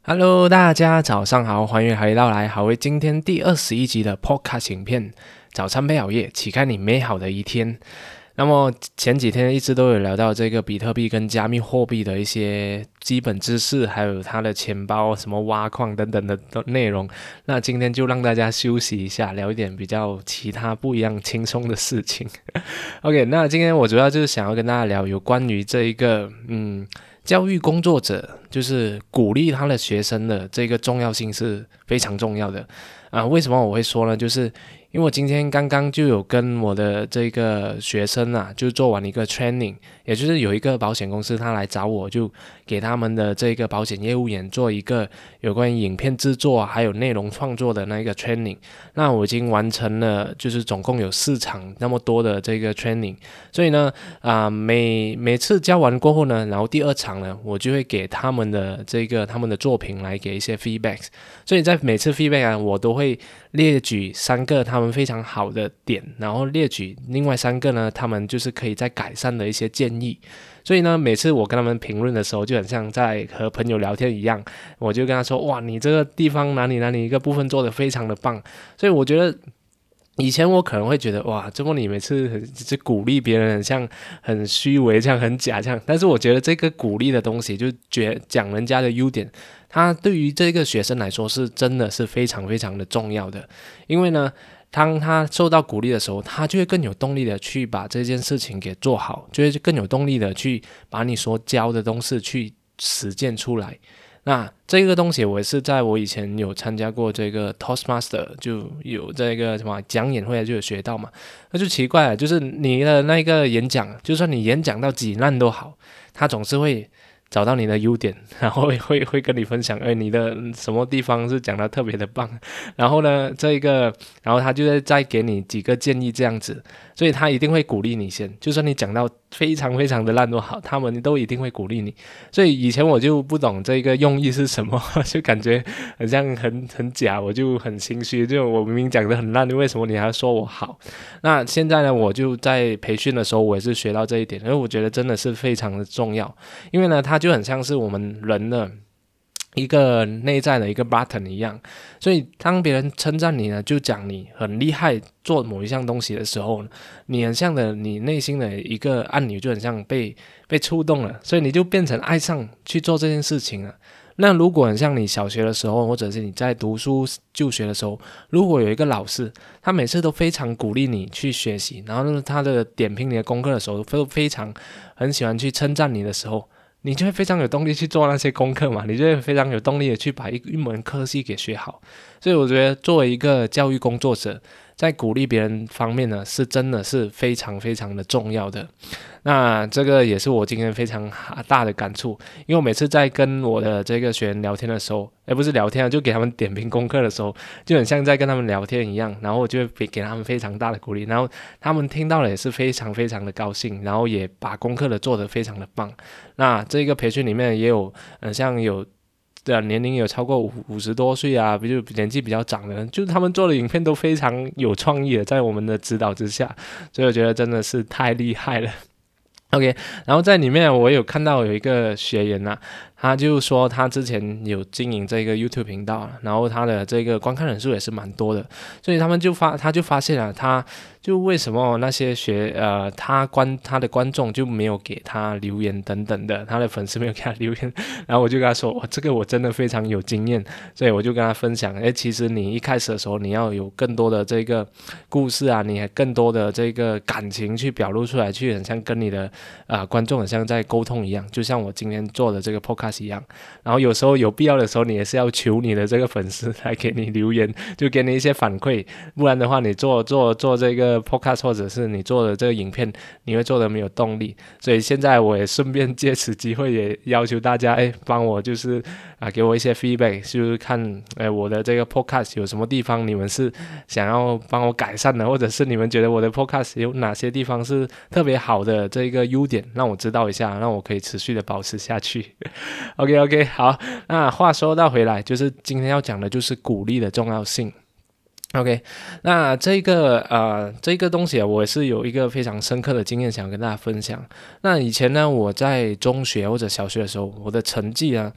Hello，大家早上好，欢迎回到来好为今天第21集的 Podcast 影片。早餐配好夜，启开你美好的一天。那么前几天一直都有聊到这个比特币跟加密货币的一些基本知识，还有它的钱包、什么挖矿等等的内容。那今天就让大家休息一下，聊一点比较其他不一样轻松的事情。OK，那今天我主要就是想要跟大家聊有关于这一个教育工作者就是鼓励他的学生的这个重要性是非常重要的为什么我会说呢？就是因为我今天刚刚就有跟我的这个学生就做完一个 training， 也就是有一个保险公司他来找我，就给他们的这个保险业务员做一个有关于影片制作还有内容创作的那个 training。那我已经完成了，就是总共有4场那么多的这个 training， 所以呢每次教完过后呢，然后第2场呢，我就会给他们的他们的作品来给一些 feedback， 所以在每次 feedback我都会列举3个他们非常好的点，然后列举另外3个呢，他们就是可以再改善的一些建议。所以呢，每次我跟他们评论的时候，就很像在和朋友聊天一样，我就跟他说：“哇，你这个地方哪里一个部分做得非常的棒。”所以我觉得以前我可能会觉得哇，这么你每次只是鼓励别人，很像很虚伪这样，很假这样。但是我觉得这个鼓励的东西，就讲人家的优点，它对于这个学生来说是真的是非常非常的重要的。因为呢，当他受到鼓励的时候，他就会更有动力的去把这件事情给做好，就会更有动力的去把你所教的东西去实践出来。那这个东西我也是在我以前有参加过这个 Toastmaster， 就有这个什么讲演会就有学到嘛。那就奇怪了，就是你的那个演讲，就算你演讲到几烂都好，他总是会找到你的优点，然后会跟你分享，你的什么地方是讲得特别的棒，然后呢，然后他就会再给你几个建议这样子，所以他一定会鼓励你先，就算你讲到非常非常的烂都好，他们都一定会鼓励你。所以以前我就不懂这个用意是什么，就感觉很像很假，我就很心虚，就我明明讲得很烂，为什么你还说我好？那现在呢，我就在培训的时候，我也是学到这一点，因为我觉得真的是非常的重要。因为呢，它就很像是我们人的一个内在的一个 button 一样，所以当别人称赞你呢，就讲你很厉害做某一项东西的时候，你很像的，你内心的一个按钮就很像被触动了，所以你就变成爱上去做这件事情了。那如果很像你小学的时候，或者是你在读书就学的时候，如果有一个老师，他每次都非常鼓励你去学习，然后呢，他的点评你的功课的时候，都非常很喜欢去称赞你的时候，你就会非常有动力去做那些功课嘛，你就会非常有动力的去把一门科系给学好。所以我觉得作为一个教育工作者，在鼓励别人方面呢，是真的是非常非常的重要的。那这个也是我今天非常大的感触，因为我每次在跟我的这个学员聊天的时候，不是聊天就给他们点评功课的时候，就很像在跟他们聊天一样，然后我就会给他们非常大的鼓励，然后他们听到了也是非常非常的高兴，然后也把功课的做得非常的棒。那这个培训里面也有像有年龄有超过50多岁就年纪比较长的人，就是他们做的影片都非常有创意的，在我们的指导之下，所以我觉得真的是太厉害了。OK， 然后在里面我有看到有一个学员他就说他之前有经营这个 YouTube 频道，然后他的这个观看人数也是蛮多的，所以他就发现他就为什么那些他的观众就没有给他留言等等的，他的粉丝没有给他留言，然后我就跟他说，这个我真的非常有经验，所以我就跟他分享，其实你一开始的时候你要有更多的这个故事你还更多的这个感情去表露出来，去很像跟你的观众很像在沟通一样，就像我今天做的这个 podcast 一样。然后有时候有必要的时候，你也是要求你的这个粉丝来给你留言，就给你一些反馈，不然的话你做这个 podcast 或者是你做的这个影片，你会做的没有动力。所以现在我也顺便借此机会也要求大家帮我就是给我一些 feedback， 就是看我的这个 podcast 有什么地方你们是想要帮我改善的，或者是你们觉得我的 podcast 有哪些地方是特别好的这个优点，让我知道一下，让我可以持续的保持下去。OK， 好，那话说到回来，就是今天要讲的就是鼓励的重要性。OK， 那这个东西我也是有一个非常深刻的经验想跟大家分享。那以前呢，我在中学或者小学的时候，我的成绩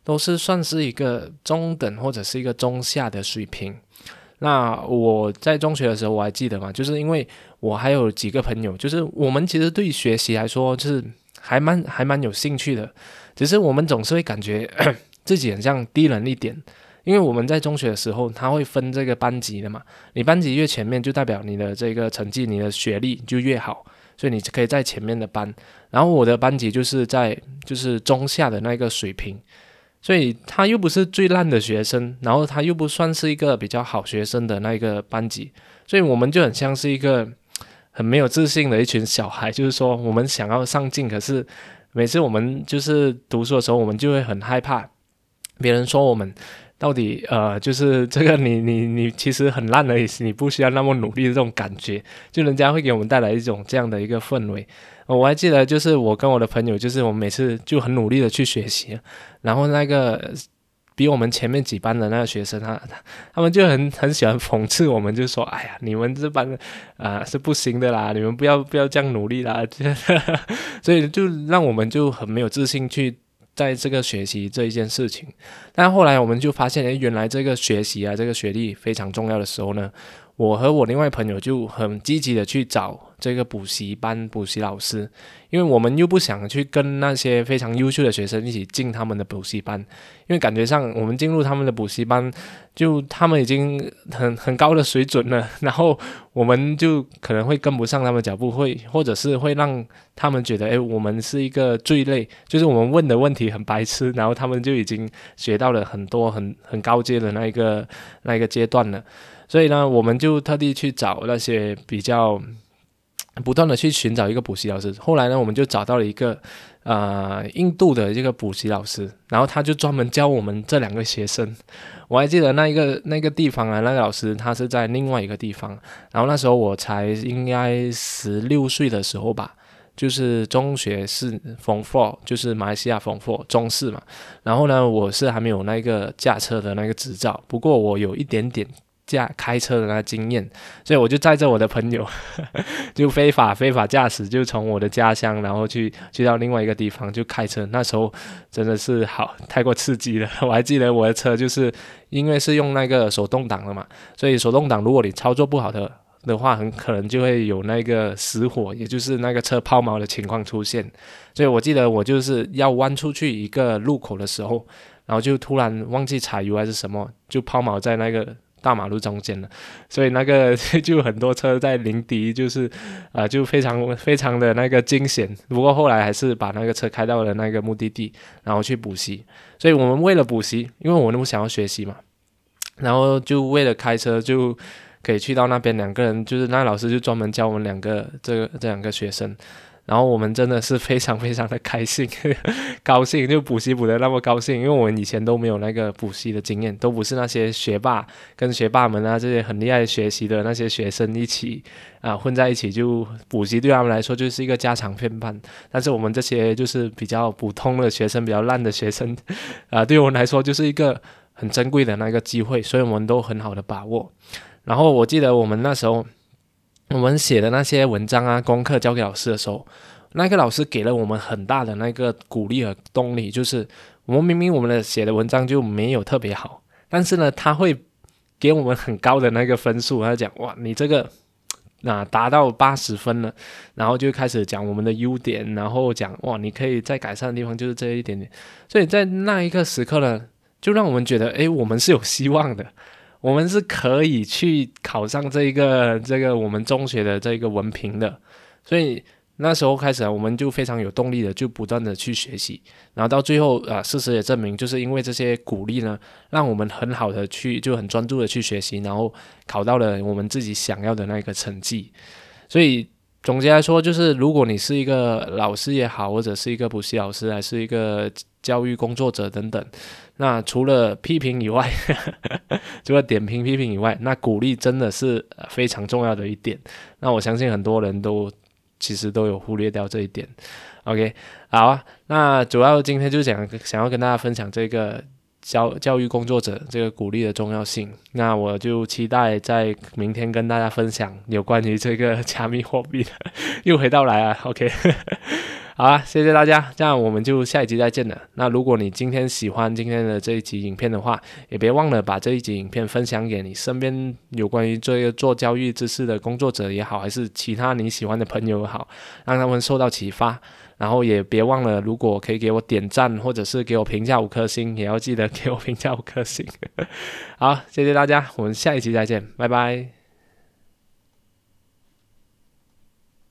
都是算是一个中等或者是一个中下的水平。那我在中学的时候我还记得嘛，就是因为我还有几个朋友，就是我们其实对学习来说就是还蛮有兴趣的，只是我们总是会感觉自己很像低人一点。因为我们在中学的时候，他会分这个班级的嘛，你班级越前面，就代表你的这个成绩、你的学历就越好，所以你可以在前面的班。然后我的班级就是中下的那个水平，所以他又不是最烂的学生，然后他又不算是一个比较好学生的那个班级，所以我们就很像是一个很没有自信的一群小孩，就是说我们想要上进，可是每次我们就是读书的时候，我们就会很害怕别人说我们到底就是这个你其实很烂而已，你不需要那么努力的这种感觉，就人家会给我们带来一种这样的一个氛围。我还记得就是我跟我的朋友，就是我们每次就很努力的去学习，然后那个比我们前面几班的那个学生，他们就很喜欢讽刺我们，就说哎呀，你们这班是不行的啦，你们不要这样努力啦所以就让我们就很没有自信去在这个学习这一件事情。但后来我们就发现，原来这个学习啊，这个学历非常重要的时候呢，我和我另外朋友就很积极的去找这个补习班、补习老师，因为我们又不想去跟那些非常优秀的学生一起进他们的补习班，因为感觉上我们进入他们的补习班，就他们已经很高的水准了，然后我们就可能会跟不上他们脚步，或者是会让他们觉得，我们是一个罪类，就是我们问的问题很白痴，然后他们就已经学到了很多很高阶的那一个阶段了。所以呢，我们就特地去找那些比较不断的去寻找一个补习老师。后来呢，我们就找到了一个印度的这个补习老师，然后他就专门教我们这两个学生。我还记得那个地方啊，那个老师他是在另外一个地方，然后那时候我才应该16岁的时候吧。就是中学是 Form 4，就是马来西亚 Form 4中四嘛。然后呢，我是还没有那个驾车的那个执照，不过我有一点点开车的那个经验，所以我就载着我的朋友就非法驾驶，就从我的家乡然后去到另外一个地方就开车。那时候真的是太过刺激了。我还记得我的车就是因为是用那个手动挡的嘛，所以手动挡如果你操作不好的话，很可能就会有那个死火，也就是那个车抛锚的情况出现。所以我记得我就是要弯出去一个路口的时候，然后就突然忘记踩油还是什么，就抛锚在那个大马路中间了。所以那个就很多车在临敌，就是就非常非常的那个惊险。不过后来还是把那个车开到了那个目的地，然后去补习。所以我们为了补习，因为我们想要学习嘛，然后就为了开车就可以去到那边，两个人就是那老师就专门教我们这两个学生，然后我们真的是非常非常的开心高兴，就补习补得那么高兴，因为我们以前都没有那个补习的经验，都不是那些学霸跟学霸们啊这些很厉害学习的那些学生一起混在一起，就补习对他们来说就是一个家常便饭。但是我们这些就是比较普通的学生，比较烂的学生对我们来说就是一个很珍贵的那个机会，所以我们都很好的把握。然后我记得我们那时候我们写的那些文章啊功课交给老师的时候，那个老师给了我们很大的那个鼓励和动力，就是我们明明我们的写的文章就没有特别好，但是呢他会给我们很高的那个分数，他讲哇你这个达到80分了，然后就开始讲我们的优点，然后讲哇你可以再改善的地方就是这一点点。所以在那一个时刻呢，就让我们觉得我们是有希望的，我们是可以去考上这个我们中学的这个文凭的。所以那时候开始我们就非常有动力的就不断的去学习，然后到最后事实也证明，就是因为这些鼓励呢，让我们很好的就很专注的去学习，然后考到了我们自己想要的那个成绩。所以总结来说，就是如果你是一个老师也好，或者是一个补习老师，还是一个教育工作者等等，那除了批评以外除了点评批评以外，那鼓励真的是非常重要的一点。那我相信很多人其实都有忽略掉这一点。 OK 好啊，那主要今天就想要跟大家分享这个教育工作者这个鼓励的重要性。那我就期待在明天跟大家分享有关于这个加密货币的又回到来啊 OK 好啦，谢谢大家，这样我们就下一集再见了。那如果你今天喜欢今天的这一集影片的话，也别忘了把这一集影片分享给你身边有关于这个做教育知识的工作者也好，还是其他你喜欢的朋友也好，让他们受到启发。然后也别忘了，如果可以给我点赞，或者是给我评价5颗星，也要记得给我评价5颗星。好，谢谢大家，我们下一集再见，拜拜。